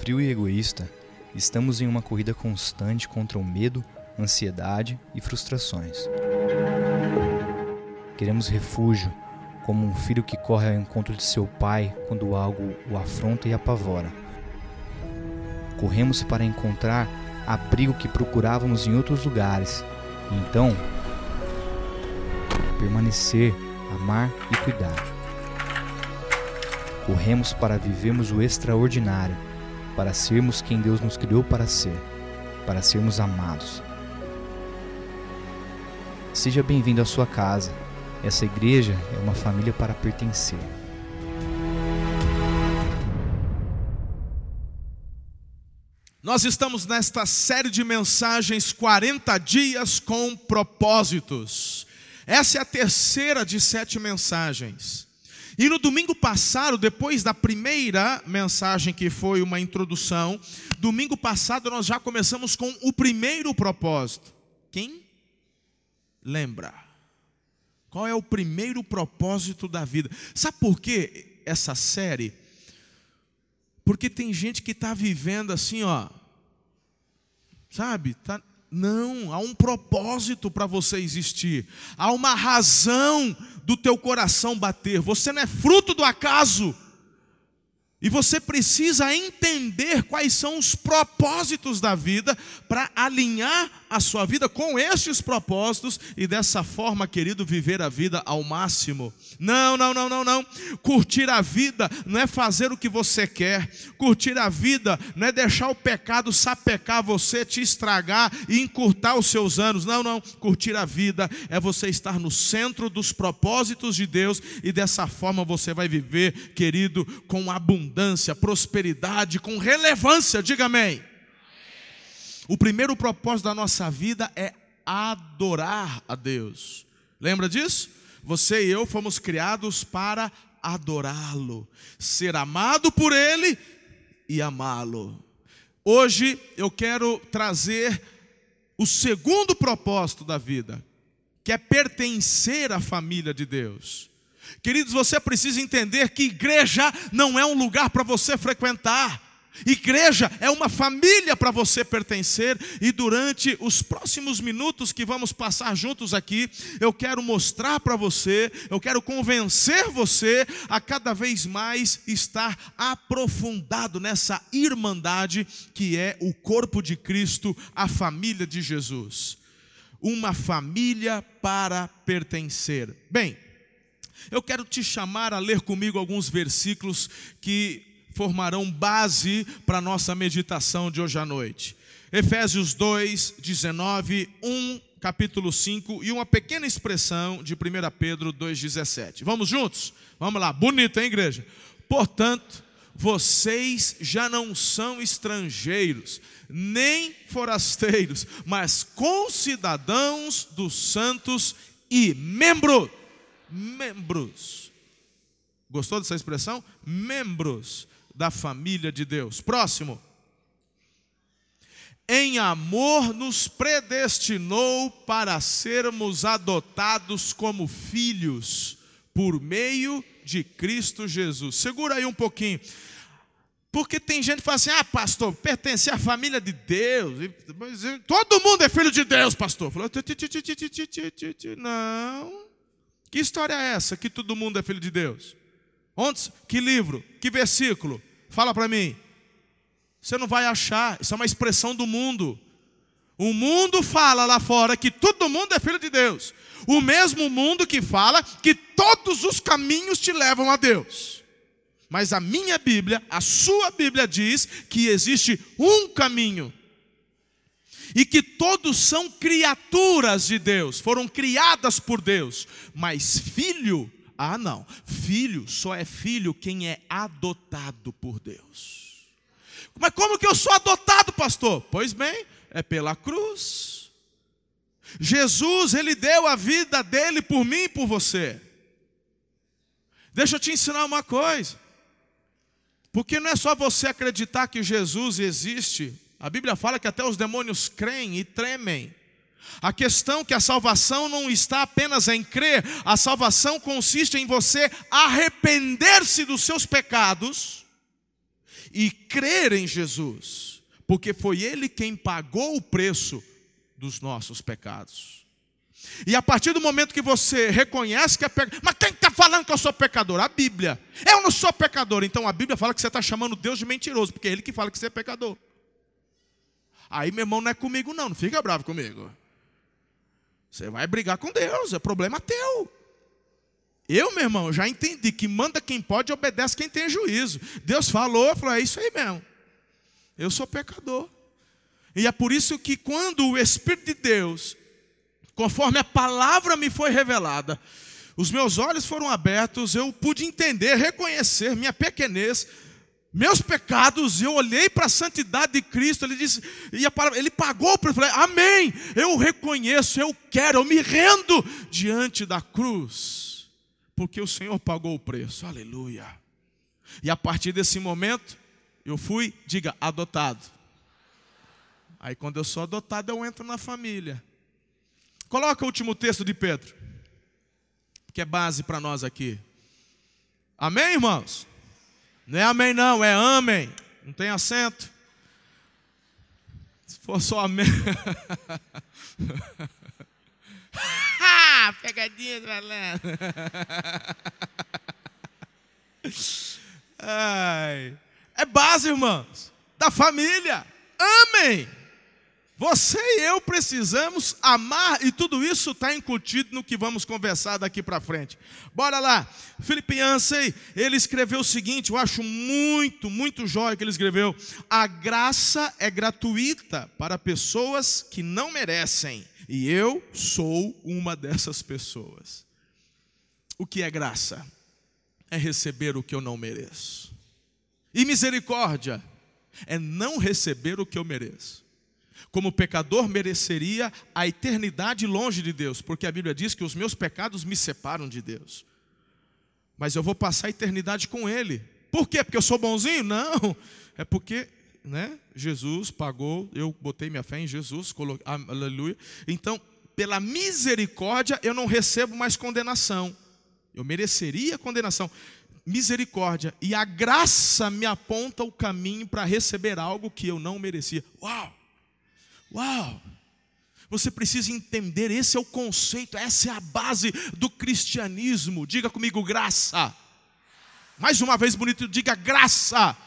frio e egoísta, estamos em uma corrida constante contra o medo, ansiedade e frustrações. Queremos refúgio, como um filho que corre ao encontro de seu pai quando algo o afronta e apavora. Corremos para encontrar abrigo que procurávamos em outros lugares, e então permanecer, amar e cuidar. Corremos para vivermos o extraordinário, para sermos quem Deus nos criou para ser, para sermos amados. Seja bem-vindo à sua casa. Essa igreja é uma família para pertencer. Nós estamos nesta série de mensagens 40 dias com propósitos. Essa é a terceira de 7 mensagens. E no domingo passado, depois da primeira mensagem, que foi uma introdução, domingo passado nós já começamos com o primeiro propósito. Quem lembra? Qual é o primeiro propósito da vida? Sabe por que essa série? Porque tem gente que está vivendo assim, sabe? Não, há um propósito para você existir. Há uma razão do teu coração bater. Você não é fruto do acaso. E você precisa entender quais são os propósitos da vida para alinhar a sua vida com estes propósitos e dessa forma, querido, viver a vida ao máximo. Não. Curtir a vida não é fazer o que você quer. Curtir a vida não é deixar o pecado sapecar você, te estragar e encurtar os seus anos. Não. Curtir a vida é você estar no centro dos propósitos de Deus e dessa forma você vai viver, querido, com abundância, prosperidade, com relevância. Diga amém. O primeiro propósito da nossa vida é adorar a Deus. Lembra disso? Você e eu fomos criados para adorá-lo, ser amado por Ele e amá-lo. Hoje eu quero trazer o segundo propósito da vida, que é pertencer à família de Deus. Queridos, você precisa entender que igreja não é um lugar para você frequentar. Igreja é uma família para você pertencer. E durante os próximos minutos que vamos passar juntos aqui, eu quero mostrar para você, eu quero convencer você a cada vez mais estar aprofundado nessa irmandade que é o corpo de Cristo, a família de Jesus. Uma família para pertencer. Bem, eu quero te chamar a ler comigo alguns versículos que formarão base para a nossa meditação de hoje à noite. Efésios 2, 19, 1, capítulo 5 e uma pequena expressão de 1 Pedro 2, 17. Vamos juntos? Vamos lá, bonito, hein, igreja? Portanto, vocês já não são estrangeiros, nem forasteiros, mas concidadãos dos santos e membros. Gostou dessa expressão? Membros da família de Deus. Próximo. Em amor nos predestinou para sermos adotados como filhos por meio de Cristo Jesus. Segura aí um pouquinho. Porque tem gente que fala assim: pastor, pertencer à família de Deus. Todo mundo é filho de Deus, pastor. Falou, não. Que história é essa que todo mundo é filho de Deus? Onde? Que livro? Que versículo? Fala para mim. Você não vai achar. Isso é uma expressão do mundo. O mundo fala lá fora que todo mundo é filho de Deus. O mesmo mundo que fala que todos os caminhos te levam a Deus. Mas a minha Bíblia, a sua Bíblia diz que existe um caminho. E que todos são criaturas de Deus. Foram criadas por Deus. Mas filho... não, filho só é filho quem é adotado por Deus. Mas como que eu sou adotado, pastor? Pois bem, é pela cruz. Jesus, Ele deu a vida dele por mim e por você. Deixa eu te ensinar uma coisa. Porque não é só você acreditar que Jesus existe. A Bíblia fala que até os demônios creem e tremem. A questão é que a salvação não está apenas em crer. A salvação consiste em você arrepender-se dos seus pecados e crer em Jesus, porque foi Ele quem pagou o preço dos nossos pecados. E a partir do momento que você reconhece que é pecador, mas quem está falando que eu sou pecador? A Bíblia. Eu não sou pecador. Então a Bíblia fala que você está chamando Deus de mentiroso, porque é Ele que fala que você é pecador. Aí, meu irmão, não é comigo não fica bravo comigo. Você vai brigar com Deus, é problema teu. Eu, meu irmão, já entendi que manda quem pode e obedece quem tem juízo. Deus falou, é isso aí mesmo. Eu sou pecador. E é por isso que quando o Espírito de Deus, conforme a palavra me foi revelada, os meus olhos foram abertos, eu pude entender, reconhecer minha pequenez, meus pecados, eu olhei para a santidade de Cristo, Ele disse, e a palavra, Ele pagou para eu falei, amém, eu reconheço, eu quero, eu me rendo diante da cruz, porque o Senhor pagou o preço, aleluia. E a partir desse momento, eu fui, diga, adotado. Aí quando eu sou adotado, eu entro na família. Coloca o último texto de Pedro, que é base para nós aqui. Amém, irmãos? Não é amém não, é amém. Não tem acento. Se for só amém. Pegadinha do malandro. É base, irmãos, da família. Amém. Você e eu precisamos amar, e tudo isso está incutido no que vamos conversar daqui para frente. Bora lá. Filipenses, ele escreveu o seguinte, eu acho muito jóia que ele escreveu. A graça é gratuita para pessoas que não merecem, e eu sou uma dessas pessoas. O que é graça? É receber o que eu não mereço. E misericórdia é não receber o que eu mereço. Como pecador mereceria a eternidade longe de Deus, porque a Bíblia diz que os meus pecados me separam de Deus. Mas eu vou passar a eternidade com Ele. Por quê? Porque eu sou bonzinho? Não, é porque, Jesus pagou, eu botei minha fé em Jesus, aleluia. Então, pela misericórdia eu não recebo mais condenação. Eu mereceria condenação. Misericórdia, e a graça me aponta o caminho para receber algo que eu não merecia. Uau! Você precisa entender, esse é o conceito, essa é a base do cristianismo. Diga comigo, graça. Mais uma vez bonito, diga graça.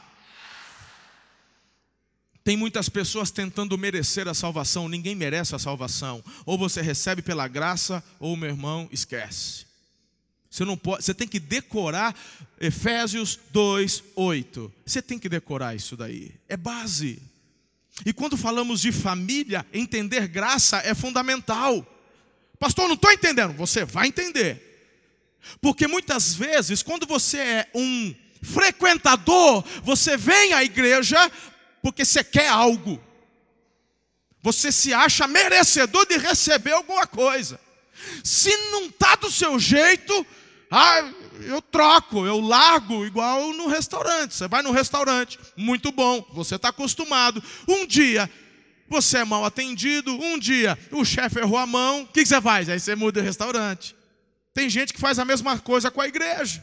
Tem muitas pessoas tentando merecer a salvação, ninguém merece a salvação. Ou você recebe pela graça, ou meu irmão, esquece. Você não pode, você tem que decorar Efésios 2:8. Você tem que decorar isso daí, é base. E quando falamos de família, entender graça é fundamental. Pastor, não estou entendendo. Você vai entender. Porque muitas vezes, quando você é um frequentador, você vem à igreja porque você quer algo. Você se acha merecedor de receber alguma coisa. Se não está do seu jeito, eu troco, eu largo, igual no restaurante. Você vai no restaurante, muito bom, você está acostumado. Um dia você é mal atendido, um dia o chefe errou a mão, o que você faz? Aí você muda o restaurante. Tem gente que faz a mesma coisa com a igreja.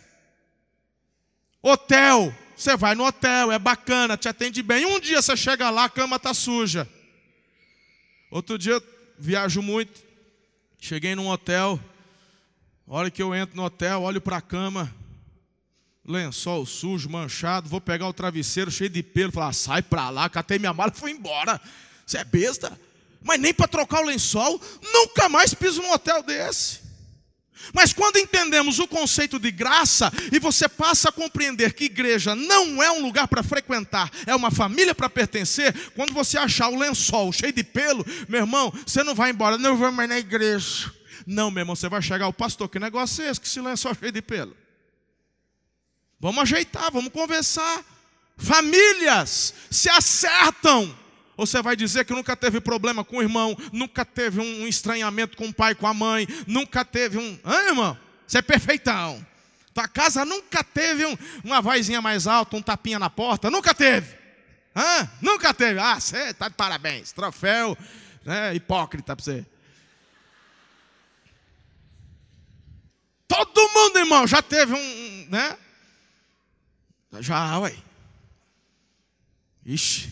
Hotel, você vai no hotel, é bacana, te atende bem. Um dia você chega lá, a cama está suja. Outro dia, viajo muito, cheguei num hotel. Olha que eu entro no hotel, olho para a cama, lençol sujo, manchado, vou pegar o travesseiro cheio de pelo, falar, sai para lá, catei minha mala e fui embora. Você é besta? Mas nem para trocar o lençol, nunca mais piso num hotel desse. Mas quando entendemos o conceito de graça, e você passa a compreender que igreja não é um lugar para frequentar, é uma família para pertencer, quando você achar o lençol cheio de pelo, meu irmão, você não vai embora, não vou mais na igreja. Não, meu irmão, você vai chegar, o pastor, que negócio é esse, que esse lençol cheio de pelo? Vamos ajeitar, vamos conversar. Famílias se acertam. Ou você vai dizer que nunca teve problema com o irmão, nunca teve um estranhamento com o pai, com a mãe, nunca teve irmão? Você é perfeitão. Tua casa nunca teve uma vozinha mais alta, um tapinha na porta, nunca teve. Nunca teve. Você está de parabéns, troféu, hipócrita para você. Todo mundo, irmão, já teve Já, ué. Ixi.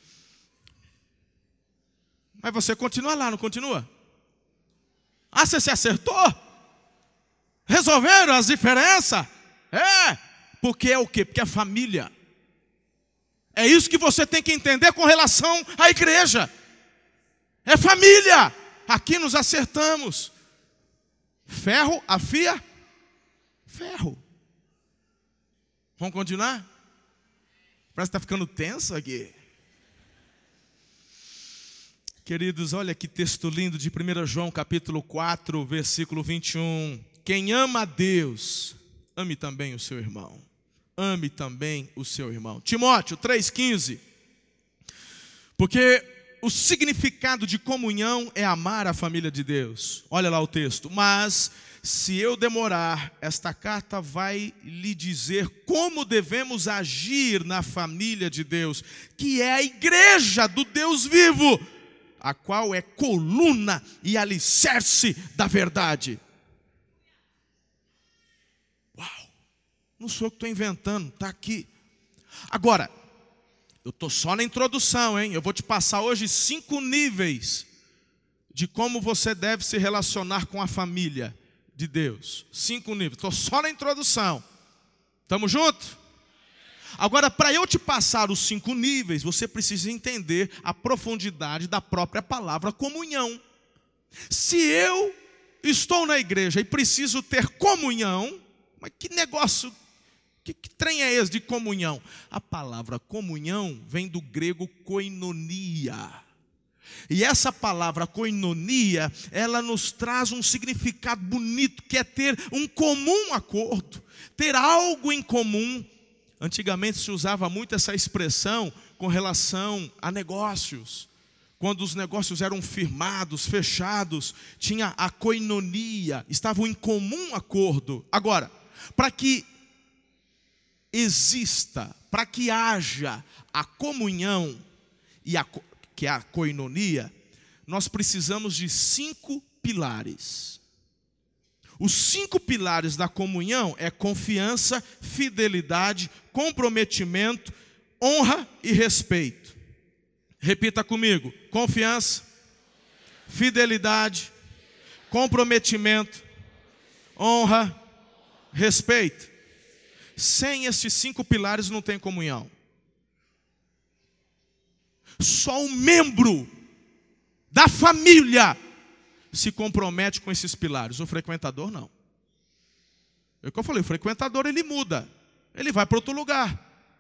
Mas você continua lá, não continua? Ah, você se acertou? Resolveram as diferenças? Porque é o quê? Porque é família. É isso que você tem que entender com relação à igreja. É família. Aqui nos acertamos. Ferro afia ferro. Vamos continuar? Parece que está ficando tenso aqui. Queridos, olha que texto lindo de 1 João capítulo 4, versículo 21. Quem ama a Deus, ame também o seu irmão. Ame também o seu irmão. Timóteo 3,15. Porque o significado de comunhão é amar a família de Deus. Olha lá o texto. Mas se eu demorar, esta carta vai lhe dizer como devemos agir na família de Deus, que é a igreja do Deus vivo, a qual é coluna e alicerce da verdade. Uau! Não sou eu que estou inventando, está aqui. Agora, eu estou só na introdução, hein? Eu vou te passar hoje 5 níveis de como você deve se relacionar com a família de Deus. 5 níveis, estou só na introdução. Estamos juntos? Agora, para eu te passar os 5 níveis, você precisa entender a profundidade da própria palavra comunhão. Se eu estou na igreja e preciso ter comunhão, mas que negócio, que trem é esse de comunhão? A palavra comunhão vem do grego koinonia. E essa palavra koinonia, ela nos traz um significado bonito, que é ter um comum acordo, ter algo em comum. Antigamente se usava muito essa expressão com relação a negócios. Quando os negócios eram firmados, fechados, tinha a koinonia, estavam em comum acordo. Agora, para que exista, para que haja a comunhão que é a koinonia, nós precisamos de 5 pilares. Os 5 pilares da comunhão é confiança, fidelidade, comprometimento, honra e respeito. Repita comigo: confiança, fidelidade, comprometimento, honra, respeito. Sem esses 5 pilares não tem comunhão. Só um membro da família se compromete com esses pilares. O frequentador não. É o que eu falei, o frequentador ele muda. Ele vai para outro lugar.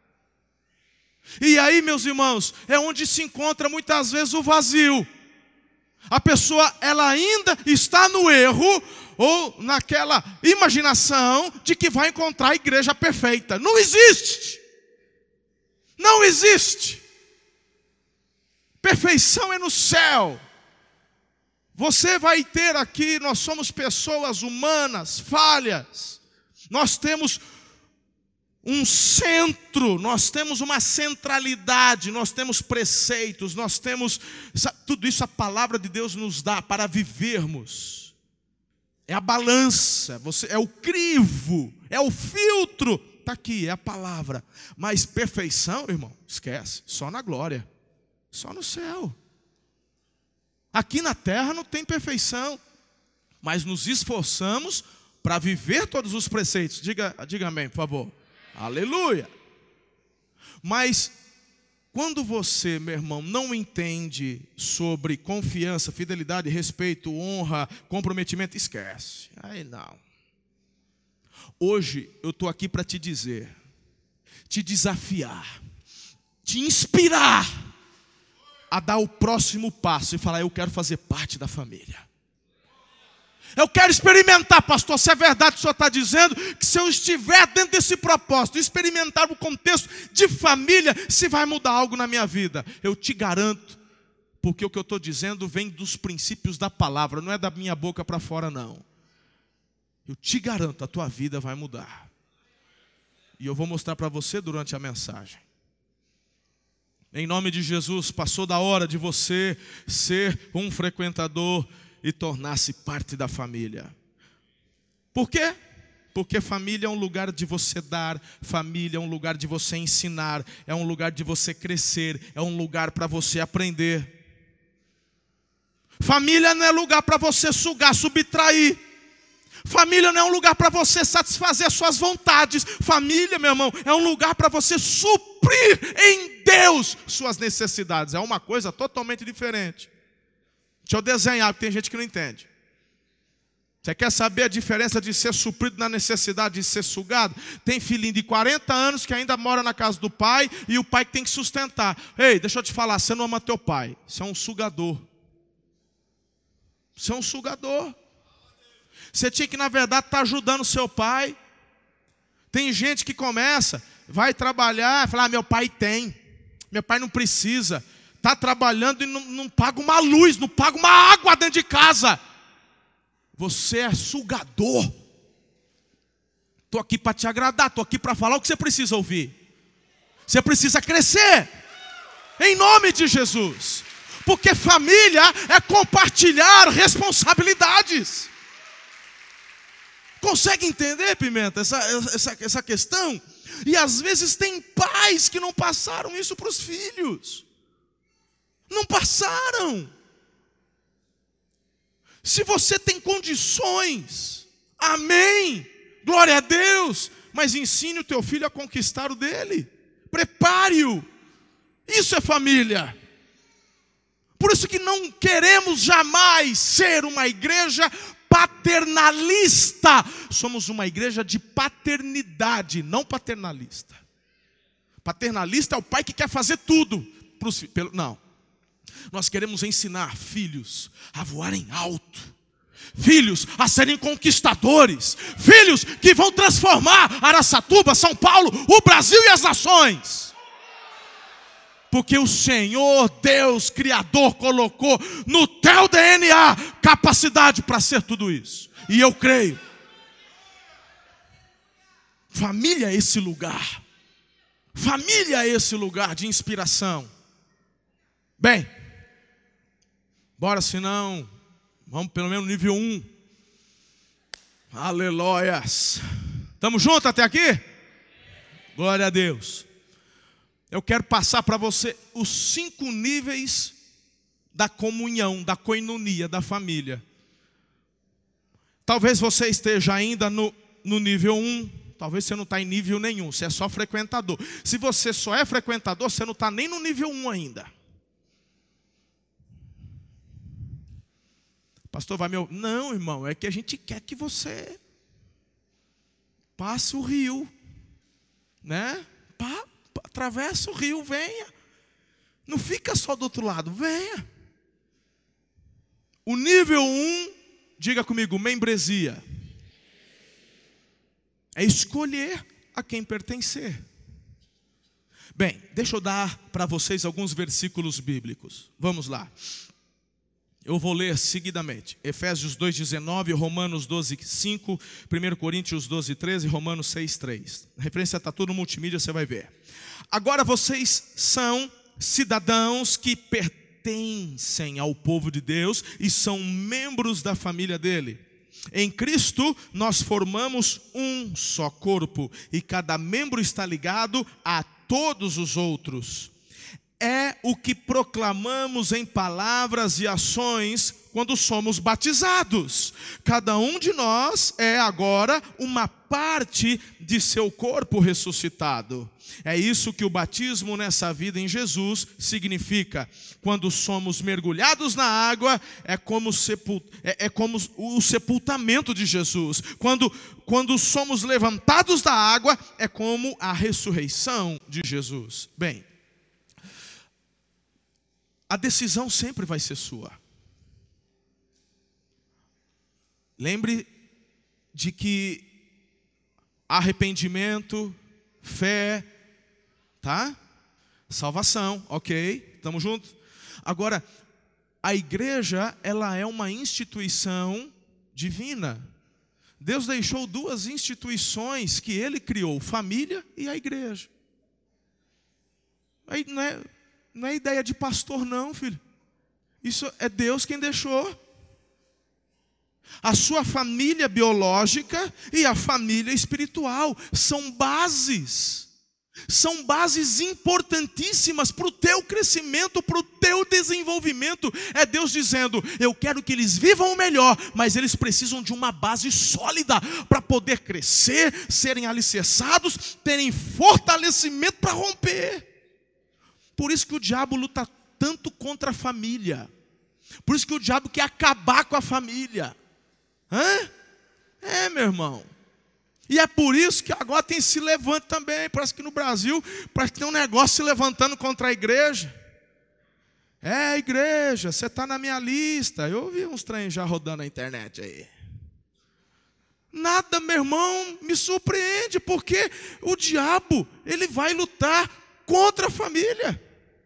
E aí, meus irmãos, é onde se encontra muitas vezes o vazio. A pessoa, ela ainda está no erro ou naquela imaginação de que vai encontrar a igreja perfeita. Não existe. Não existe. Perfeição é no céu. Você vai ter aqui, nós somos pessoas humanas, falhas. Nós temos um centro, nós temos uma centralidade, nós temos preceitos, nós temos tudo isso a palavra de Deus nos dá para vivermos. É a balança, é o crivo, é o filtro, está aqui, é a palavra. Mas perfeição, irmão, esquece, só na glória, só no céu. Aqui na terra não tem perfeição, mas nos esforçamos para viver todos os preceitos. Diga amém, por favor. Aleluia. Mas quando você, meu irmão, não entende sobre confiança, fidelidade, respeito, honra, comprometimento, esquece. Aí não. Hoje eu estou aqui para te dizer, te desafiar, te inspirar a dar o próximo passo e falar: eu quero fazer parte da família. Eu quero experimentar, pastor, se é verdade que o senhor está dizendo, que se eu estiver dentro desse propósito, experimentar o contexto de família, se vai mudar algo na minha vida. Eu te garanto, porque o que eu estou dizendo vem dos princípios da palavra, não é da minha boca para fora não. Eu te garanto, a tua vida vai mudar. E eu vou mostrar para você durante a mensagem. Em nome de Jesus, passou da hora de você ser um frequentador e tornar-se parte da família. Por quê? Porque família é um lugar de você dar, família é um lugar de você ensinar, é um lugar de você crescer, é um lugar para você aprender. Família não é lugar para você sugar, subtrair. Família não é um lugar para você satisfazer suas vontades. Família, meu irmão, é um lugar para você suprir em Deus suas necessidades. É uma coisa totalmente diferente. Deixa eu desenhar, porque tem gente que não entende. Você quer saber a diferença de ser suprido na necessidade de ser sugado? Tem filhinho de 40 anos que ainda mora na casa do pai e o pai que tem que sustentar. Ei, deixa eu te falar, você não ama teu pai. Você é um sugador. Você é um sugador. Você tinha que, na verdade, estar ajudando seu pai. Tem gente que começa, vai trabalhar, fala, meu pai tem. Meu pai não precisa. Está trabalhando e não paga uma luz, não paga uma água dentro de casa. Você é sugador. Estou aqui para te agradar, estou aqui para falar o que você precisa ouvir. Você precisa crescer, em nome de Jesus. Porque família é compartilhar responsabilidades. Consegue entender, Pimenta, essa questão? E às vezes tem pais que não passaram isso para os filhos. Não passaram. Se você tem condições, amém, glória a Deus, mas ensine o teu filho a conquistar o dele, prepare-o, isso é família. Por isso que não queremos jamais ser uma igreja paternalista, somos uma igreja de paternidade, não paternalista. Paternalista é o pai que quer fazer tudo para os filhos, não. Nós queremos ensinar filhos a voarem alto, filhos a serem conquistadores, filhos que vão transformar Araçatuba, São Paulo, o Brasil e as nações. Porque o Senhor, Deus, Criador, colocou no teu DNA capacidade para ser tudo isso. E eu creio. Família é esse lugar. Família é esse lugar de inspiração. Bem, bora, senão, vamos pelo menos no nível 1. Aleluias. Estamos juntos até aqui? Glória a Deus. Eu quero passar para você os 5 níveis da comunhão, da coinonia, da família. Talvez você esteja ainda no nível 1, talvez você não está em nível nenhum, você é só frequentador. Se você só é frequentador, você não está nem no nível 1 ainda. Pastor, vai meu... Não, irmão, é que a gente quer que você passe o rio, né? Atravessa o rio, venha. Não fica só do outro lado, venha. O nível 1, diga comigo, membresia. É escolher a quem pertencer. Bem, deixa eu dar para vocês alguns versículos bíblicos. Vamos lá. Eu vou ler seguidamente. Efésios 2,19, Romanos 12,5, 1 Coríntios 12,13, Romanos 6,3. A referência está tudo no multimídia, você vai ver. Agora vocês são cidadãos que pertencem ao povo de Deus e são membros da família dele. Em Cristo nós formamos um só corpo e cada membro está ligado a todos os outros. É o que proclamamos em palavras e ações quando somos batizados. Cada um de nós é agora uma parte de seu corpo ressuscitado. É isso que o batismo nessa vida em Jesus significa. Quando somos mergulhados na água, é como o sepultamento de Jesus. Quando somos levantados da água, é como a ressurreição de Jesus. Bem, a decisão sempre vai ser sua. Lembre de que arrependimento, fé, tá? Salvação, ok? Estamos juntos? Agora, a igreja, ela é uma instituição divina. Deus deixou 2 instituições que Ele criou, família e a igreja. Aí não é ideia de pastor não, filho. Isso é Deus quem deixou. A sua família biológica e a família espiritual são bases importantíssimas para o teu crescimento, para o teu desenvolvimento. É Deus dizendo: eu quero que eles vivam o melhor, mas eles precisam de uma base sólida para poder crescer, serem alicerçados, terem fortalecimento para romper. Por isso que o diabo luta tanto contra a família. Por isso que o diabo quer acabar com a família. Meu irmão. E é por isso que agora tem se levanta também. Parece que no Brasil, parece que tem um negócio se levantando contra a igreja. Igreja, você está na minha lista. Eu vi uns trem já rodando na internet aí. Nada, meu irmão, me surpreende, porque o diabo, ele vai lutar contra a família.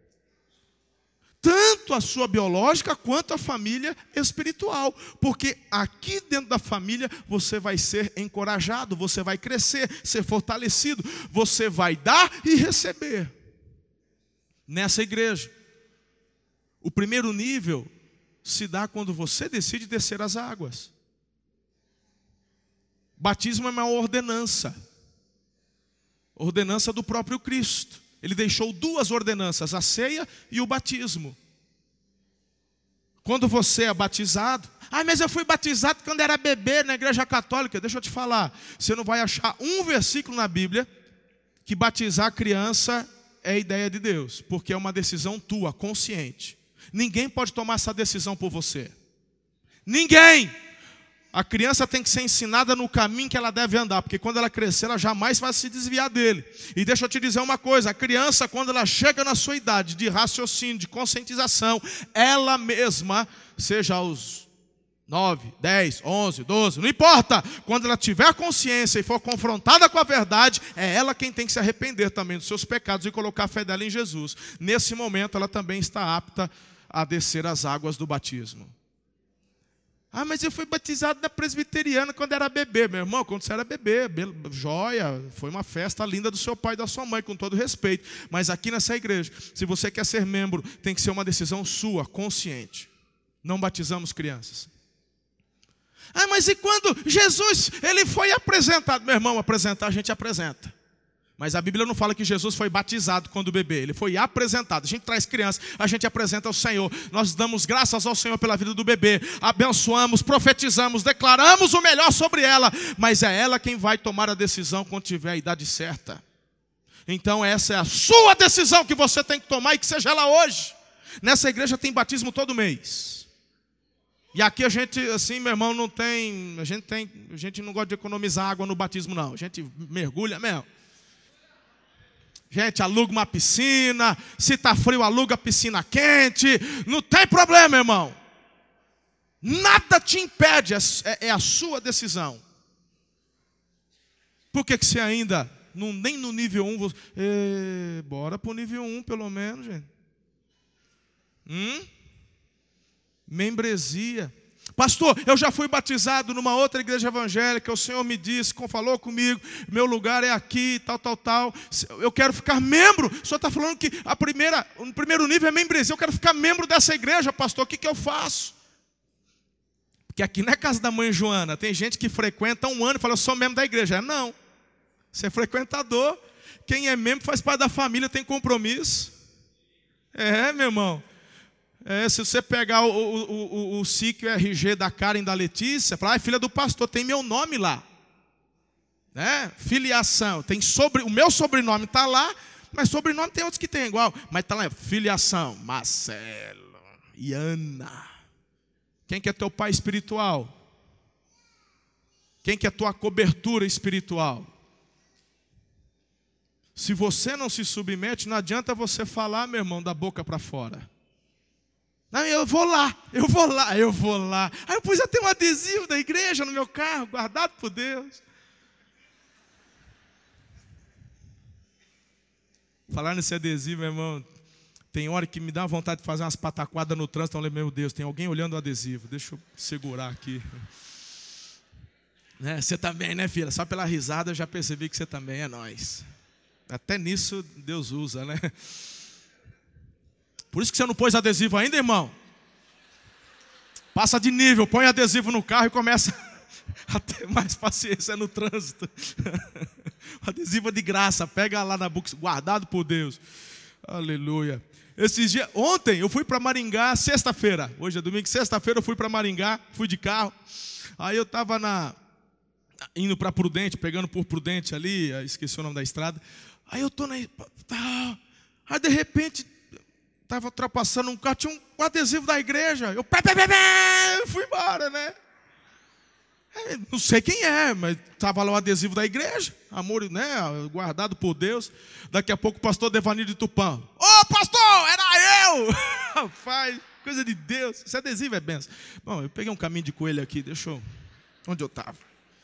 Tanto a sua biológica quanto a família espiritual. Porque aqui dentro da família você vai ser encorajado, você vai crescer, ser fortalecido, você vai dar e receber. Nessa igreja, o primeiro nível se dá quando você decide descer as águas. Batismo é uma ordenança. Ordenança do próprio Cristo. Ele deixou duas ordenanças, a ceia e o batismo. Quando você é batizado, mas eu fui batizado quando era bebê na igreja católica. Deixa eu te falar, você não vai achar um versículo na Bíblia que batizar criança é ideia de Deus, porque é uma decisão tua, consciente. Ninguém pode tomar essa decisão por você. Ninguém! A criança tem que ser ensinada no caminho que ela deve andar, porque quando ela crescer, ela jamais vai se desviar dele. E deixa eu te dizer uma coisa, a criança, quando ela chega na sua idade de raciocínio, de conscientização, ela mesma, seja aos 9, 10, 11, 12, não importa, quando ela tiver consciência e for confrontada com a verdade, é ela quem tem que se arrepender também dos seus pecados e colocar a fé dela em Jesus. Nesse momento, ela também está apta a descer as águas do batismo. Mas eu fui batizado na presbiteriana quando era bebê. Meu irmão, quando você era bebê, joia, foi uma festa linda do seu pai e da sua mãe, com todo respeito. Mas aqui nessa igreja, se você quer ser membro, tem que ser uma decisão sua, consciente. Não batizamos crianças. Mas e quando Jesus, ele foi apresentado? Meu irmão, apresentar a gente apresenta. Mas a Bíblia não fala que Jesus foi batizado quando bebê. Ele foi apresentado. A gente traz criança, a gente apresenta ao Senhor. Nós damos graças ao Senhor pela vida do bebê. Abençoamos, profetizamos, declaramos o melhor sobre ela. Mas é ela quem vai tomar a decisão quando tiver a idade certa. Então essa é a sua decisão que você tem que tomar e que seja ela hoje. Nessa igreja tem batismo todo mês. E aqui a gente, assim, meu irmão, não tem... A gente não gosta de economizar água no batismo, não. A gente mergulha mesmo. Gente, aluga uma piscina, se está frio, aluga piscina quente, não tem problema, irmão. Nada te impede, é a sua decisão. Por que você ainda, nem no nível 1, bora para o nível 1 pelo menos, gente. Membresia. Pastor, eu já fui batizado numa outra igreja evangélica, o Senhor me disse, falou comigo, meu lugar é aqui, tal, eu quero ficar membro. O Senhor está falando que o primeiro nível é membresia, eu quero ficar membro dessa igreja, pastor, o que eu faço? Porque aqui não é casa da mãe Joana, tem gente que frequenta 1 ano e fala, eu sou membro da igreja. Não, você é frequentador, quem é membro faz parte da família, tem compromisso. Meu irmão. Se você pegar o SIC e o RG da Karen e da Letícia, fala, filha do pastor, tem meu nome lá. Filiação, o meu sobrenome está lá, mas sobrenome tem outros que tem igual. Mas está lá, filiação, Marcelo e Ana. Quem que é teu pai espiritual? Quem que é tua cobertura espiritual? Se você não se submete, não adianta você falar, meu irmão, da boca para fora. Não, eu vou lá. Aí eu pus até um adesivo da igreja no meu carro, guardado por Deus. Falar nesse adesivo, meu irmão, tem hora que me dá vontade de fazer umas pataquadas no trânsito. Eu lembro, meu Deus, tem alguém olhando o adesivo. Deixa eu segurar aqui. Você também, né, filha? Só pela risada eu já percebi que você também é nós. Até nisso Deus usa, né? Por isso que você não pôs adesivo ainda, irmão? Passa de nível, põe adesivo no carro e começa a ter mais paciência no trânsito. Adesivo é de graça, pega lá na box, guardado por Deus. Aleluia. Esses dias, ontem eu fui para Maringá, sexta-feira. Hoje é domingo, sexta-feira eu fui para Maringá, fui de carro. Aí eu estava indo para Prudente, pegando por Prudente ali, esqueci o nome da estrada. Aí eu estou aí de repente, estava ultrapassando um carro, tinha um adesivo da igreja. Eu fui embora, né? Não sei quem é, mas estava lá o adesivo da igreja, amor, né? Guardado por Deus. Daqui a pouco o pastor Devanir de Tupã. Ô pastor, era eu! Rapaz, coisa de Deus. Esse adesivo é benção. Bom, eu peguei um caminho de coelho aqui, onde eu estava.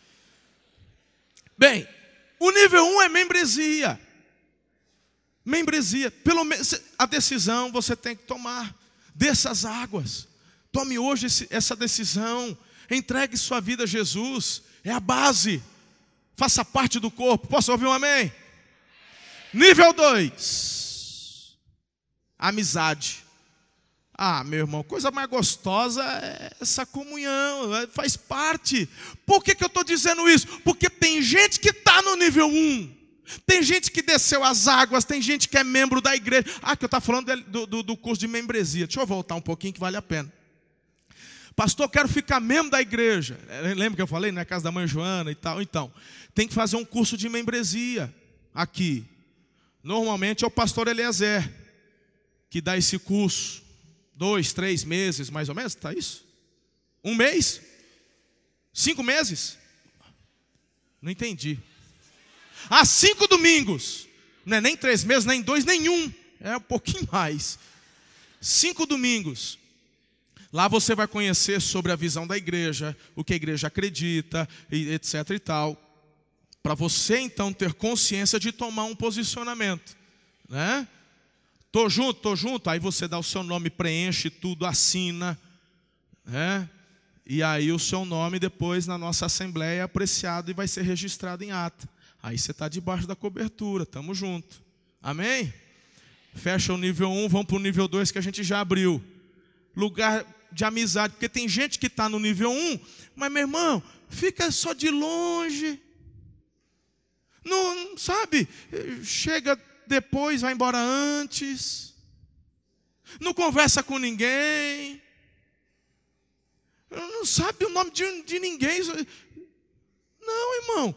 Bem, o nível 1 é membresia. Membresia. Pelo menos a decisão você tem que tomar. Desça as águas. Tome hoje essa decisão. Entregue sua vida a Jesus. É a base. Faça parte do corpo. Posso ouvir um amém? Nível 2. Amizade. Meu irmão, coisa mais gostosa é essa comunhão. Faz parte. Por que eu estou dizendo isso? Porque tem gente que está no nível 1. Tem gente que desceu as águas. Tem gente que é membro da igreja. Que eu estava falando do curso de membresia. Deixa eu voltar um pouquinho que vale a pena. Pastor, quero ficar membro da igreja. Lembra que eu falei, na casa da mãe Joana e tal? Então, tem que fazer um curso de membresia aqui. Normalmente é o pastor Eliezer que dá esse curso. 2, 3 meses, mais ou menos, está isso? 1 mês? 5 meses? Não entendi. 5 domingos. Não é nem 3 meses, nem 2, nem 1. É um pouquinho mais. 5 domingos. Lá você vai conhecer sobre a visão da igreja, o que a igreja acredita, etc e tal. Para você então ter consciência de tomar um posicionamento, né? Tô junto. Aí você dá o seu nome, preenche tudo, assina, né? E aí o seu nome depois na nossa assembleia é apreciado e vai ser registrado em ata. Aí você está debaixo da cobertura, estamos juntos. Amém? Fecha o nível 1, vamos para o nível 2 que a gente já abriu. Lugar de amizade, porque tem gente que está no nível 1, mas meu irmão, fica só de longe. Não sabe, chega depois, vai embora antes. Não conversa com ninguém. Não sabe o nome de ninguém. Não, irmão.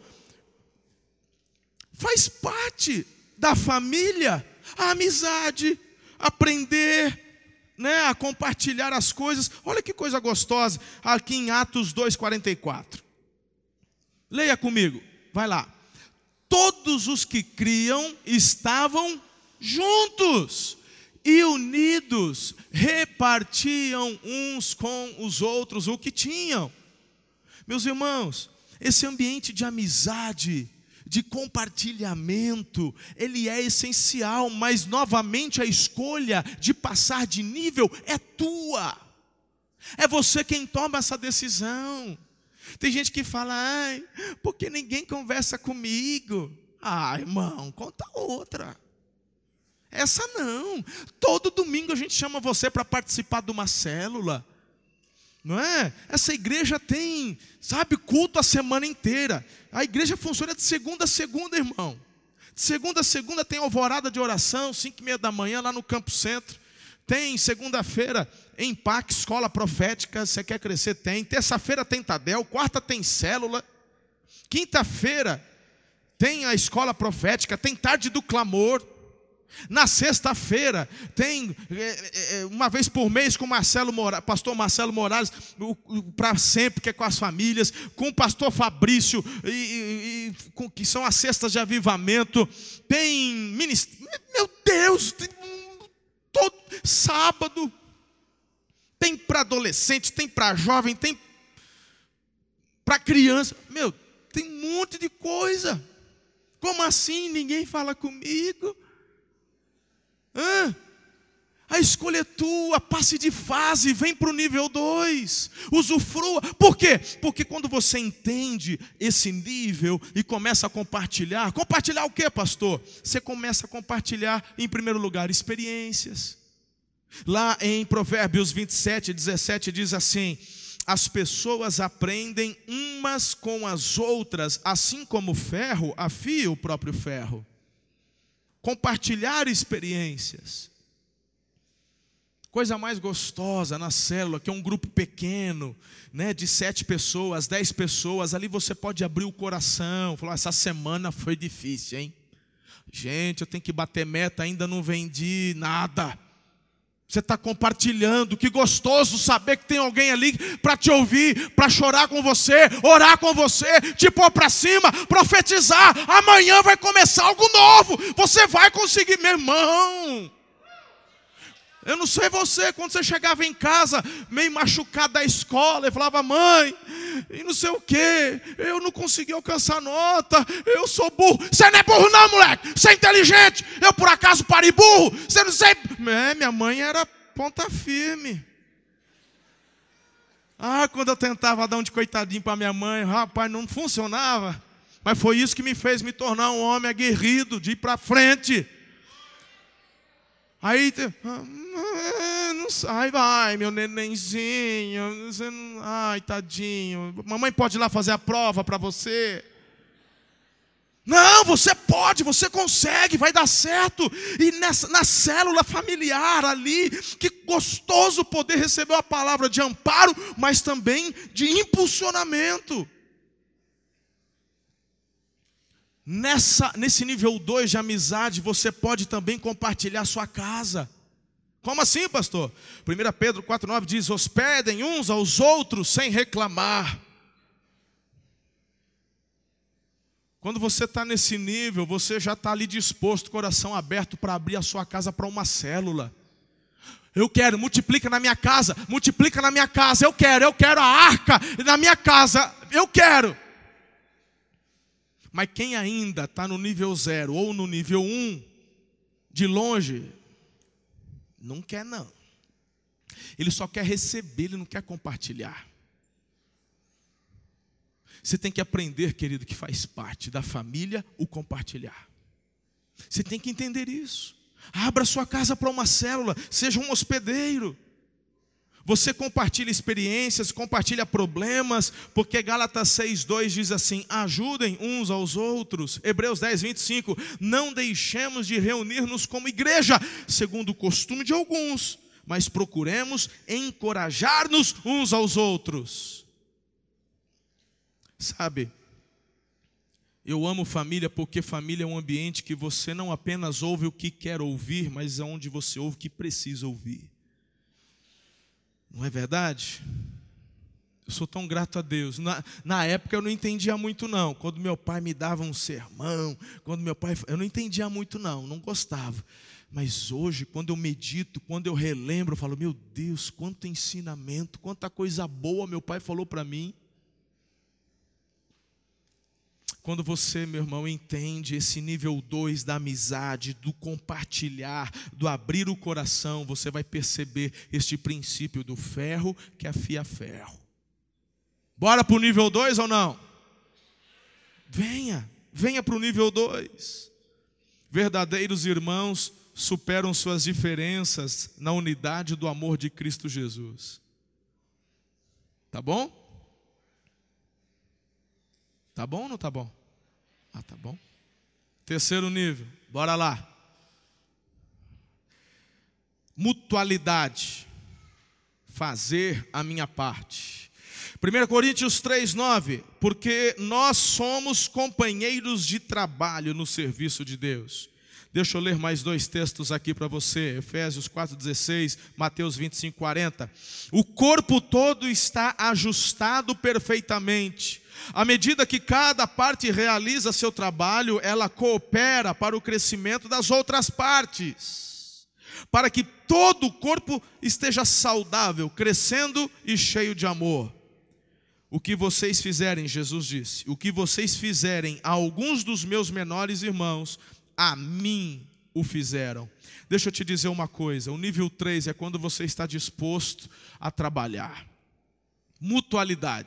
Faz parte da família a amizade, aprender, né, a compartilhar as coisas. Olha que coisa gostosa, aqui em Atos 2,44. Leia comigo, vai lá. Todos os que criam estavam juntos e unidos, repartiam uns com os outros o que tinham. Meus irmãos, esse ambiente de amizade, de compartilhamento, ele é essencial, mas novamente a escolha de passar de nível é tua. É você quem toma essa decisão. Tem gente que fala, porque ninguém conversa comigo. Irmão, conta outra. Essa não. Todo domingo a gente chama você para participar de uma célula. Não é? Essa igreja tem, culto a semana inteira. A igreja funciona de segunda a segunda, irmão. De segunda a segunda tem alvorada de oração, 5h30 da manhã lá no Campo Centro. Tem segunda-feira em PAC, escola profética, você quer crescer, tem. Terça-feira tem Tadel, quarta tem célula. Quinta-feira tem a escola profética, tem tarde do clamor. Na sexta-feira tem, uma vez por mês, com o pastor Marcelo Morales, para sempre, que é com as famílias, com o pastor Fabrício, que são as cestas de avivamento. Tem ministério, meu Deus, tem todo sábado. Tem para adolescente, tem para jovem, tem para criança. Tem um monte de coisa. Como assim? Ninguém fala comigo? A escolha é tua, passe de fase, vem para o nível 2, usufrua. Por quê? Porque quando você entende esse nível e começa a compartilhar o quê, pastor? Você começa a compartilhar, em primeiro lugar, experiências. Lá em Provérbios 27, 17 diz assim: as pessoas aprendem umas com as outras, assim como o ferro afia o próprio ferro. Compartilhar experiências. Coisa mais gostosa na célula, que é um grupo pequeno, né, de 7 pessoas, 10 pessoas. Ali você pode abrir o coração, falar: essa semana foi difícil, hein? Gente, eu tenho que bater meta, ainda não vendi nada. Você está compartilhando. Que gostoso saber que tem alguém ali para te ouvir, para chorar com você, orar com você, te pôr para cima, profetizar. Amanhã vai começar algo novo. Você vai conseguir, meu irmão. Eu não sei você, quando você chegava em casa meio machucado da escola e falava: mãe, e não sei o que, eu não consegui alcançar nota, eu sou burro. Você não é burro não, moleque, você é inteligente. Eu por acaso parei burro? Você não sei. Minha mãe era ponta firme. Quando eu tentava dar um de coitadinho para minha mãe, rapaz, não funcionava. Mas foi isso que me fez me tornar um homem aguerrido, de ir para frente. Aí, vai, meu nenenzinho, ai, tadinho, mamãe pode ir lá fazer a prova para você? Não, você pode, você consegue, vai dar certo. E na célula familiar ali, que gostoso poder receber uma palavra de amparo, mas também de impulsionamento. Nesse nível 2 de amizade, você pode também compartilhar sua casa. Como assim, pastor? 1 Pedro 4,9 diz: hospedem uns aos outros sem reclamar. Quando você está nesse nível, você já está ali disposto, coração aberto para abrir a sua casa para uma célula. Eu quero, multiplica na minha casa, eu quero a arca na minha casa, eu quero. Mas quem ainda está no nível 0 ou no nível 1, de longe, não quer não. Ele só quer receber, ele não quer compartilhar. Você tem que aprender, querido, que faz parte da família o compartilhar. Você tem que entender isso. Abra sua casa para uma célula, seja um hospedeiro. Você compartilha experiências, compartilha problemas, porque Gálatas 6,2 diz assim: ajudem uns aos outros. Hebreus 10:25, não deixemos de reunir-nos como igreja, segundo o costume de alguns, mas procuremos encorajar-nos uns aos outros. Sabe, eu amo família, porque família é um ambiente que você não apenas ouve o que quer ouvir, mas é onde você ouve o que precisa ouvir. Não é verdade? Eu sou tão grato a Deus. Na época eu não entendia muito não. Quando meu pai me dava um sermão, eu não entendia muito não gostava. Mas hoje, quando eu medito, quando eu relembro, eu falo: meu Deus, quanto ensinamento, quanta coisa boa meu pai falou para mim. Quando você, meu irmão, entende esse nível 2 da amizade, do compartilhar, do abrir o coração, você vai perceber este princípio do ferro que afia ferro. Bora para o nível 2 ou não? Venha para o nível 2. Verdadeiros irmãos superam suas diferenças na unidade do amor de Cristo Jesus. Tá bom? Tá bom ou não tá bom? Tá bom. Terceiro nível, bora lá. Mutualidade. Fazer a minha parte. 1 Coríntios 3,9, porque nós somos companheiros de trabalho no serviço de Deus. Deixa eu ler mais 2 textos aqui para você. Efésios 4,16, Mateus 25,40. O corpo todo está ajustado perfeitamente. À medida que cada parte realiza seu trabalho, ela coopera para o crescimento das outras partes, para que todo o corpo esteja saudável, crescendo e cheio de amor. O que vocês fizerem, Jesus disse, o que vocês fizerem a alguns dos meus menores irmãos, a mim o fizeram. Deixa eu te dizer uma coisa, o nível 3 é quando você está disposto a trabalhar. Mutualidade.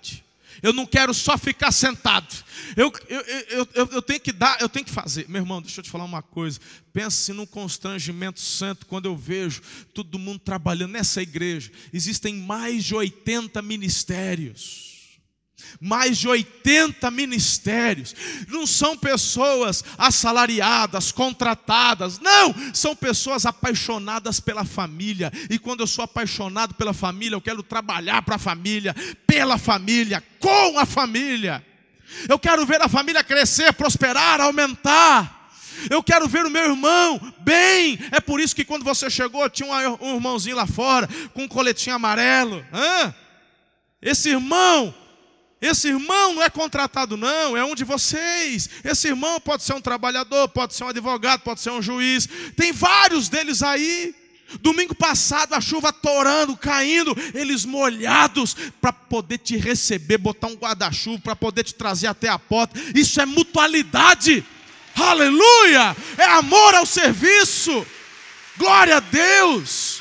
Eu não quero só ficar sentado. Eu tenho que dar, eu tenho que fazer. Meu irmão, deixa eu te falar uma coisa. Pense num constrangimento santo quando eu vejo todo mundo trabalhando nessa igreja. Existem mais de 80 ministérios. Mais de 80 ministérios. Não são pessoas assalariadas, contratadas. Não, são pessoas apaixonadas pela família. E quando eu sou apaixonado pela família, eu quero trabalhar para a família, pela família, com a família. Eu quero ver a família crescer, prosperar, aumentar. Eu quero ver o meu irmão bem. É por isso que quando você chegou, tinha um irmãozinho lá fora com um coletinho amarelo. Esse irmão não é contratado não, é um de vocês. Esse irmão pode ser um trabalhador, pode ser um advogado, pode ser um juiz. Tem vários deles aí. Domingo passado a chuva torando, caindo, eles molhados para poder te receber, botar um guarda-chuva para poder te trazer até a porta. Isso é mutualidade. Aleluia! É amor ao serviço. Glória a Deus.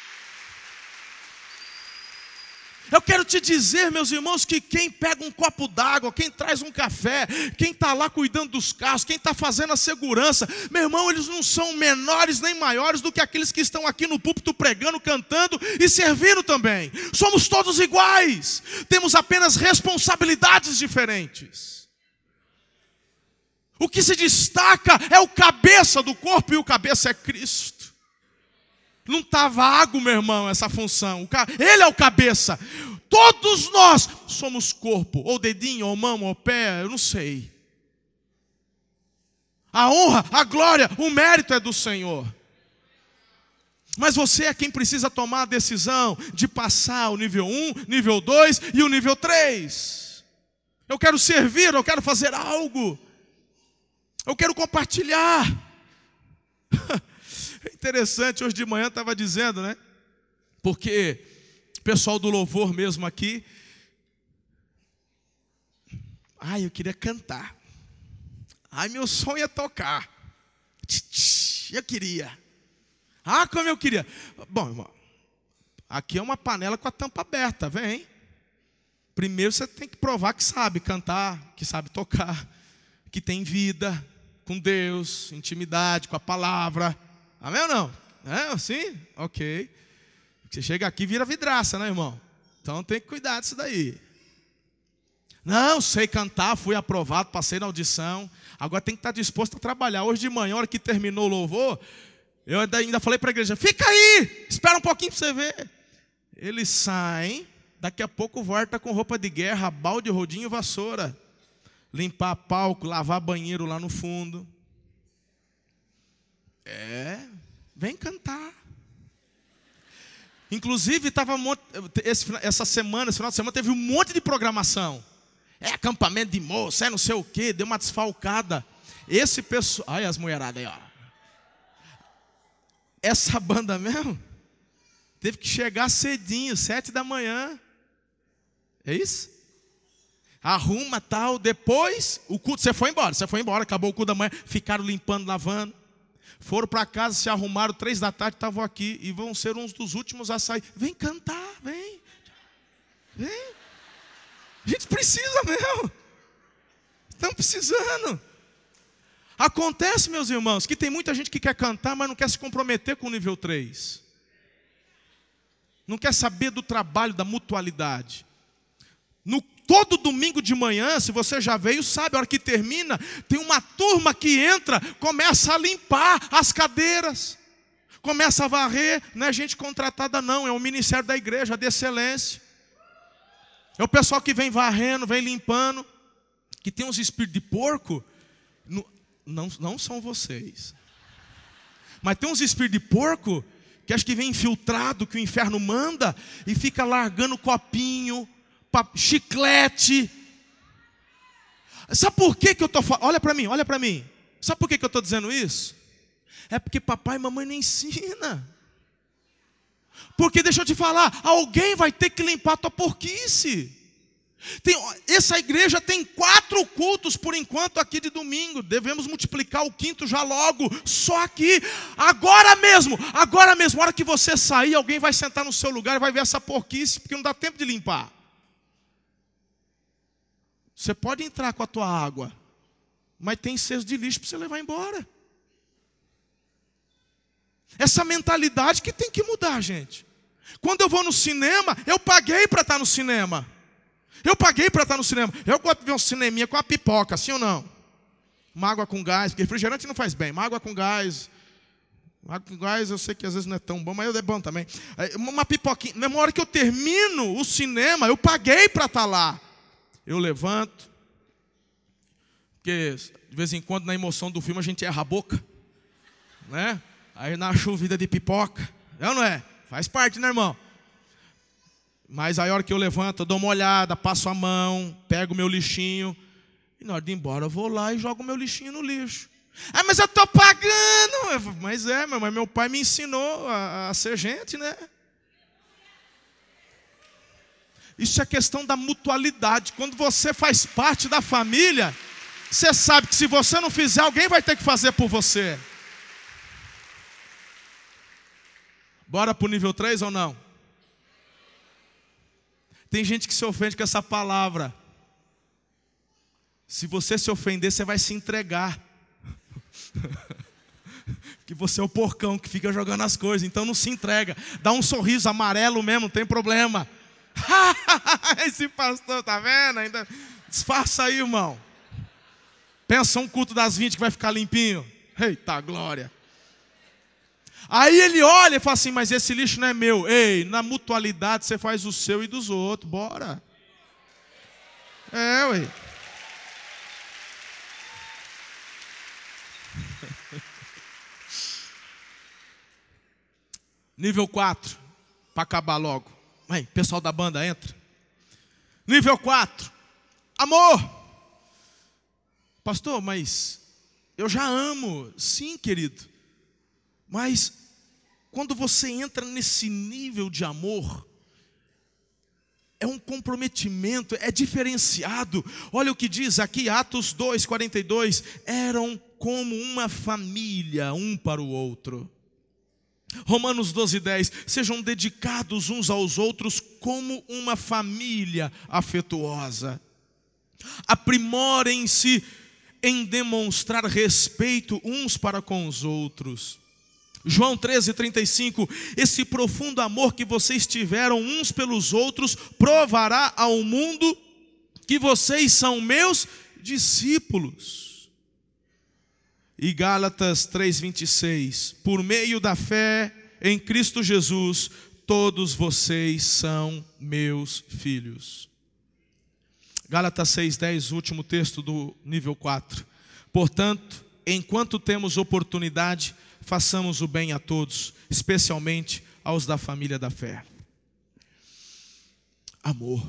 Eu quero te dizer, meus irmãos, que quem pega um copo d'água, quem traz um café, quem está lá cuidando dos carros, quem está fazendo a segurança, meu irmão, eles não são menores nem maiores do que aqueles que estão aqui no púlpito pregando, cantando e servindo também. Somos todos iguais, temos apenas responsabilidades diferentes. O que se destaca é o cabeça do corpo, e o cabeça é Cristo. Não está vago, meu irmão, essa função. Ele é o cabeça. Todos nós somos corpo, ou dedinho, ou mão, ou pé, eu não sei. A honra, a glória, o mérito é do Senhor. Mas você é quem precisa tomar a decisão de passar o nível 1, nível 2 e o nível 3. Eu quero servir, eu quero fazer algo. Eu quero compartilhar. É interessante, hoje de manhã estava dizendo, né? Porque o pessoal do louvor mesmo aqui, eu queria cantar. Meu sonho é tocar. Eu queria. Como eu queria. Bom, irmão, aqui é uma panela com a tampa aberta, vem. Primeiro você tem que provar que sabe cantar, que sabe tocar, que tem vida com Deus, intimidade com a palavra. Amém ou não? É assim? Ok. Você chega aqui e vira vidraça, né, irmão? Então tem que cuidar disso daí. Não, sei cantar, fui aprovado, passei na audição. Agora tem que estar disposto a trabalhar. Hoje de manhã, a hora que terminou o louvor, eu ainda falei para a igreja, fica aí, espera um pouquinho para você ver. Eles saem, daqui a pouco volta com roupa de guerra, balde, rodinho e vassoura. Limpar palco, lavar banheiro lá no fundo. Vem cantar. Inclusive, esse final de semana teve um monte de programação. Acampamento de moça, não sei o quê, deu uma desfalcada. Esse pessoal, olha as mulheradas aí, ó. Essa banda mesmo, teve que chegar cedinho, 7 da manhã. É isso? Arruma, tal, depois, o culto, você foi embora, acabou o culto da manhã, ficaram limpando, lavando. Foram para casa, se arrumaram, 3 da tarde, estavam aqui, e vão ser uns dos últimos a sair. Vem cantar, vem. A gente precisa mesmo. Estamos precisando. Acontece, meus irmãos, que tem muita gente que quer cantar, mas não quer se comprometer com o nível 3. Não quer saber do trabalho, da mutualidade. Todo domingo de manhã, se você já veio, sabe, a hora que termina, tem uma turma que entra, começa a limpar as cadeiras, começa a varrer, não é gente contratada não, é o ministério da igreja, de excelência. É o pessoal que vem varrendo, vem limpando, que tem uns espíritos de porco, não são vocês. Mas tem uns espíritos de porco, que acho que vem infiltrado, que o inferno manda, e fica largando copinho, chiclete. Sabe por que eu estou falando? Olha para mim. Sabe por que eu estou dizendo isso? É porque papai e mamãe não ensina. Porque deixa eu te falar, alguém vai ter que limpar a tua porquice. Essa igreja tem 4 cultos por enquanto aqui de domingo. Devemos multiplicar o 5º já logo, só aqui. Agora mesmo, a hora que você sair, alguém vai sentar no seu lugar e vai ver essa porquice, porque não dá tempo de limpar. Você pode entrar com a tua água, mas tem cesto de lixo para você levar embora. Essa mentalidade que tem que mudar, gente. Quando eu vou no cinema, eu paguei para estar no cinema. Eu paguei para estar no cinema. Eu gosto de ver um cineminha com a pipoca, sim ou não? Uma água com gás, porque refrigerante não faz bem. Uma água com gás. Uma água com gás eu sei que às vezes não é tão bom, mas é bom também. Uma pipoquinha. Na hora que eu termino o cinema, eu paguei para estar lá. Eu levanto. Porque de vez em quando na emoção do filme a gente erra a boca. Né? Aí na chovida de pipoca. É ou não é? Faz parte, né, irmão? Mas aí a hora que eu levanto, eu dou uma olhada, passo a mão, pego o meu lixinho. E na hora de ir embora eu vou lá e jogo o meu lixinho no lixo. Ah, mas eu estou pagando. Mas meu pai me ensinou a ser gente, né? Isso é questão da mutualidade. Quando você faz parte da família, você sabe que se você não fizer, alguém vai ter que fazer por você. Bora para o nível 3 ou não? Tem gente que se ofende com essa palavra. Se você se ofender, você vai se entregar. Que você é o porcão que fica jogando as coisas. Então não se entrega. Dá um sorriso amarelo mesmo, não tem problema. Esse pastor, tá vendo? Ainda disfarça aí, irmão. Pensa um culto das 20 que vai ficar limpinho. Eita glória. Aí ele olha e fala assim, mas esse lixo não é meu. Ei, na mutualidade você faz o seu e dos outros. Bora. Ué. Nível 4, para acabar logo. Aí, pessoal da banda, entra. Nível 4, amor. Pastor, mas eu já amo. Sim, querido. Mas quando você entra nesse nível de amor, é um comprometimento, é diferenciado. Olha o que diz aqui, Atos 2:42. Eram como uma família, um para o outro. Romanos 12:10. Sejam dedicados uns aos outros como uma família afetuosa. Aprimorem-se em demonstrar respeito uns para com os outros. João 13:35. Esse profundo amor que vocês tiveram uns pelos outros provará ao mundo que vocês são meus discípulos. E Gálatas 3:26. Por meio da fé em Cristo Jesus, todos vocês são meus filhos. Gálatas 6:10, último texto do nível 4. Portanto, enquanto temos oportunidade, façamos o bem a todos, especialmente aos da família da fé. Amor.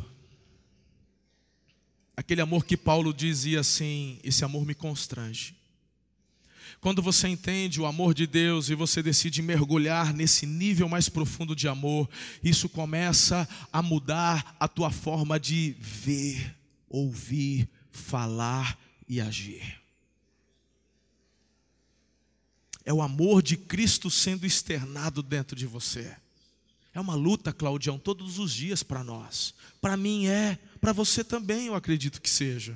Aquele amor que Paulo dizia assim, esse amor me constrange. Quando você entende o amor de Deus e você decide mergulhar nesse nível mais profundo de amor, isso começa a mudar a tua forma de ver, ouvir, falar e agir. É o amor de Cristo sendo externado dentro de você. É uma luta, Claudião, todos os dias para nós. Para mim é, para você também eu acredito que seja.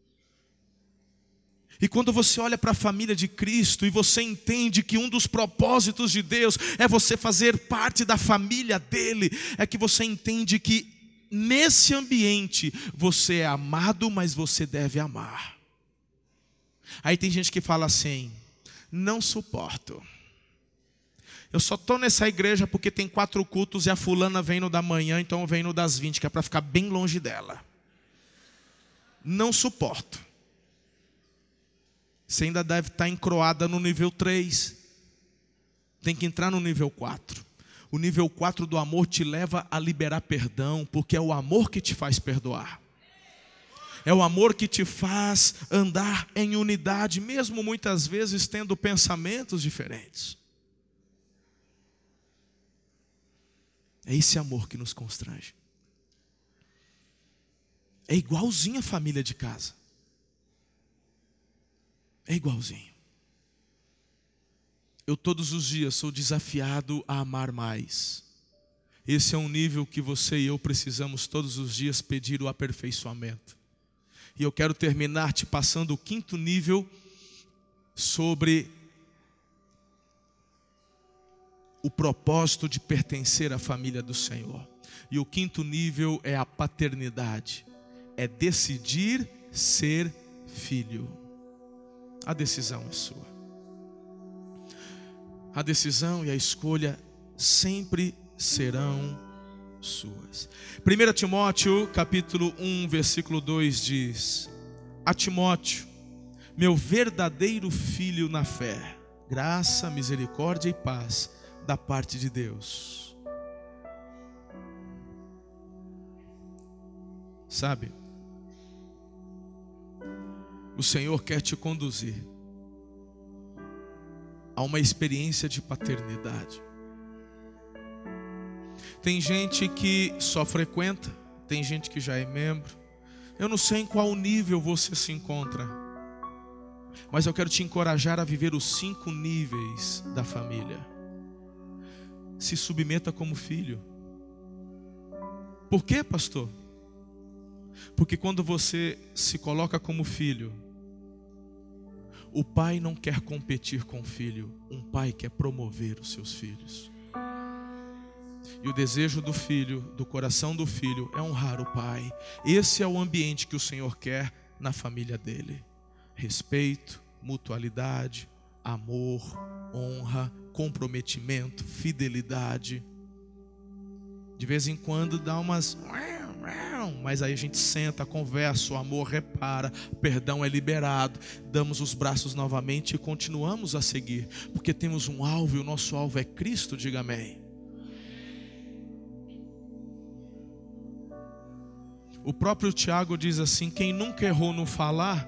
E quando você olha para a família de Cristo e você entende que um dos propósitos de Deus é você fazer parte da família dele, é que você entende que nesse ambiente você é amado, mas você deve amar. Aí tem gente que fala assim, não suporto. Eu só estou nessa igreja porque tem 4 cultos e a fulana vem no da manhã, então eu venho no das 20, que é para ficar bem longe dela. Não suporto. Você ainda deve estar encroada no nível 3. Tem que entrar no nível 4. O nível 4 do amor te leva a liberar perdão, porque é o amor que te faz perdoar. É o amor que te faz andar em unidade, mesmo muitas vezes tendo pensamentos diferentes. É esse amor que nos constrange. É igualzinho a família de casa. É igualzinho. Eu todos os dias sou desafiado a amar mais. Esse é um nível que você e eu precisamos todos os dias pedir o aperfeiçoamento. E eu quero terminar te passando o 5º nível sobre o propósito de pertencer à família do Senhor. E o 5º nível é a paternidade. É decidir ser filho. A decisão é sua. A decisão e a escolha sempre serão suas. 1 Timóteo, capítulo 1, versículo 2 diz: a Timóteo, meu verdadeiro filho na fé, graça, misericórdia e paz da parte de Deus. Sabe, o Senhor quer te conduzir a uma experiência de paternidade. Tem gente que só frequenta, tem gente que já é membro. Eu não sei em qual nível você se encontra, mas eu quero te encorajar a viver os 5 níveis da família. Se submeta como filho. Por quê, pastor? Porque quando você se coloca como filho, o pai não quer competir com o filho, um pai quer promover os seus filhos. E o desejo do filho, do coração do filho, é honrar o pai. Esse é o ambiente que o Senhor quer na família dele. Respeito, mutualidade, amor, honra, comprometimento, fidelidade. De vez em quando dá umas... mas aí a gente senta, conversa, o amor repara, o perdão é liberado, damos os braços novamente e continuamos a seguir, porque temos um alvo e o nosso alvo é Cristo, diga amém. O próprio Tiago diz assim: quem nunca errou no falar,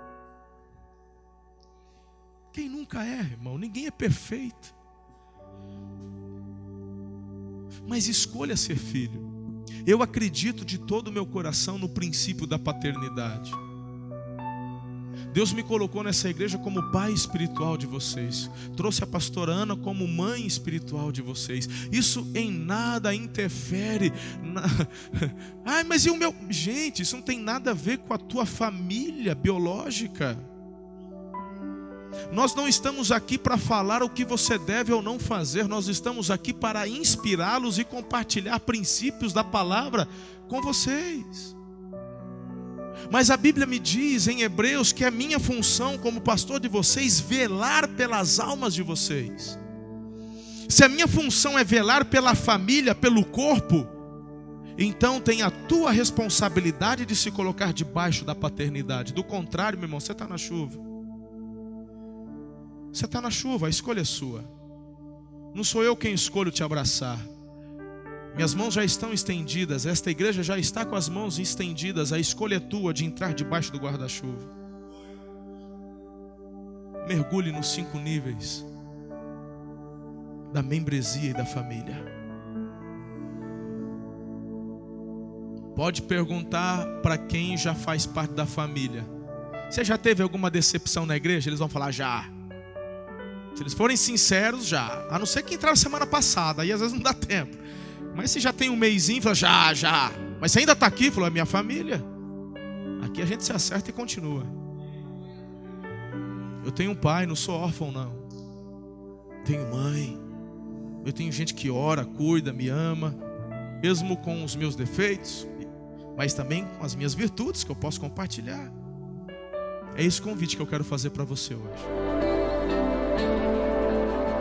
quem nunca erra, irmão, ninguém é perfeito, mas escolha ser filho. Eu acredito de todo o meu coração no princípio da paternidade. Deus me colocou nessa igreja como pai espiritual de vocês. Trouxe a pastora Ana como mãe espiritual de vocês. Isso em nada interfere Ai, mas e o meu... Gente, isso não tem nada a ver com a tua família biológica. Nós não estamos aqui para falar o que você deve ou não fazer. Nós estamos aqui para inspirá-los e compartilhar princípios da palavra com vocês. Mas a Bíblia me diz em Hebreus que é minha função como pastor de vocês velar pelas almas de vocês. Se a minha função é velar pela família, pelo corpo, então tem a tua responsabilidade de se colocar debaixo da paternidade. Do contrário, meu irmão, você está na chuva. Você está na chuva, a escolha é sua. Não sou eu quem escolho te abraçar. Minhas mãos já estão estendidas, esta igreja já está com as mãos estendidas. A escolha é tua de entrar debaixo do guarda-chuva. Mergulhe nos 5 níveis da membresia e da família. Pode perguntar para quem já faz parte da família: você já teve alguma decepção na igreja? Eles vão falar já. Se eles forem sinceros, já. A não ser que entraram semana passada, aí às vezes não dá tempo. Mas se já tem um mêsinho, fala já. Mas você ainda está aqui? Falou, é minha família. Aqui a gente se acerta e continua. Eu tenho um pai, não sou órfão não. Tenho mãe. Eu tenho gente que ora, cuida, me ama, mesmo com os meus defeitos, mas também com as minhas virtudes que eu posso compartilhar. É esse convite que eu quero fazer para você hoje.